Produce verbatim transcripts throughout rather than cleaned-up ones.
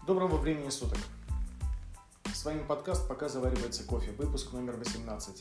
Доброго времени суток. С вами подкаст «Пока заваривается кофе», выпуск номер восемнадцать.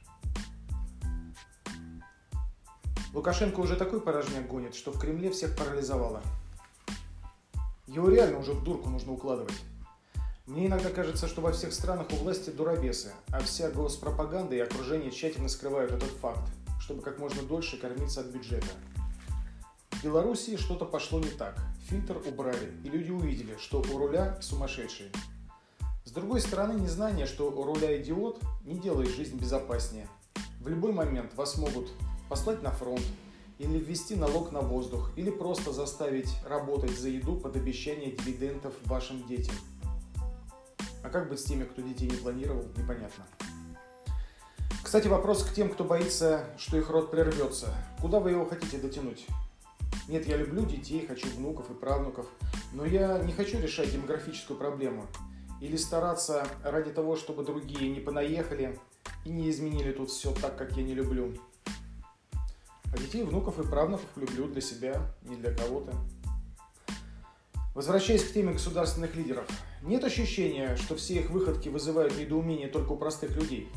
Лукашенко уже такой порожняк гонит, что в Кремле всех парализовало. Его реально уже в дурку нужно укладывать. Мне иногда кажется, что во всех странах у власти дуробесы, а вся госпропаганда и окружение тщательно скрывают этот факт, чтобы как можно дольше кормиться от бюджета. В Белоруссии что-то пошло не так. Фильтр убрали, и люди увидели, что у руля сумасшедший. С другой стороны, незнание, что у руля идиот, не делает жизнь безопаснее. В любой момент вас могут послать на фронт, или ввести налог на воздух, или просто заставить работать за еду под обещание дивидендов вашим детям. А как быть с теми, кто детей не планировал, непонятно. Кстати, вопрос к тем, кто боится, что их род прервется. Куда вы его хотите дотянуть? Нет, я люблю детей, хочу внуков и правнуков, но я не хочу решать демографическую проблему или стараться ради того, чтобы другие не понаехали и не изменили тут все так, как я не люблю. А детей, внуков и правнуков люблю для себя, не для кого-то. Возвращаясь к теме государственных лидеров, нет ощущения, что все их выходки вызывают недоумение только у простых людей.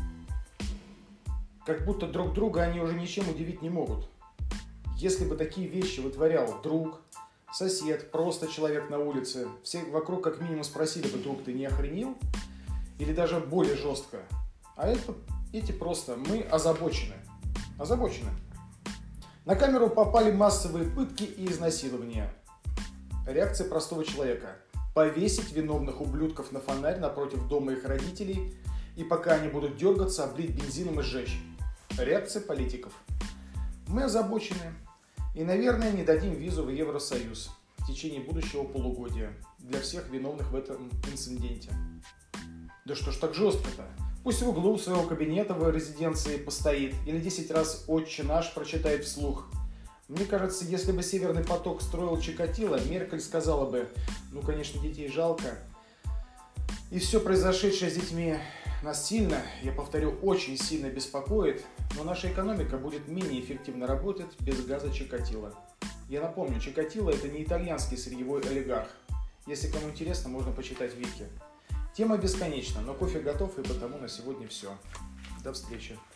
Как будто друг друга они уже ничем удивить не могут. Если бы такие вещи вытворял друг, сосед, просто человек на улице, все вокруг как минимум спросили бы: друг, ты не охренел? Или даже более жестко. А это, эти просто мы озабочены. Озабочены. На камеру попали массовые пытки и изнасилования. Реакция простого человека: повесить виновных ублюдков на фонарь напротив дома их родителей и пока они будут дергаться, облить бензином и сжечь. Реакция политиков: мы озабочены и, наверное, не дадим визу в Евросоюз в течение будущего полугодия для всех виновных в этом инциденте. Да что ж так жестко-то? Пусть в углу своего кабинета в резиденции постоит или десять раз «Отче наш» прочитает вслух. Мне кажется, если бы Северный поток строил Чикатило, Меркель сказала бы: ну, конечно, детей жалко. И все произошедшее с детьми нас сильно, я повторю, очень сильно беспокоит, но наша экономика будет менее эффективно работать без газа Чикатило. Я напомню, Чикатило — это не итальянский сырьевой олигарх. Если кому интересно, можно почитать вики. Тема бесконечна, но кофе готов, и потому на сегодня все. До встречи.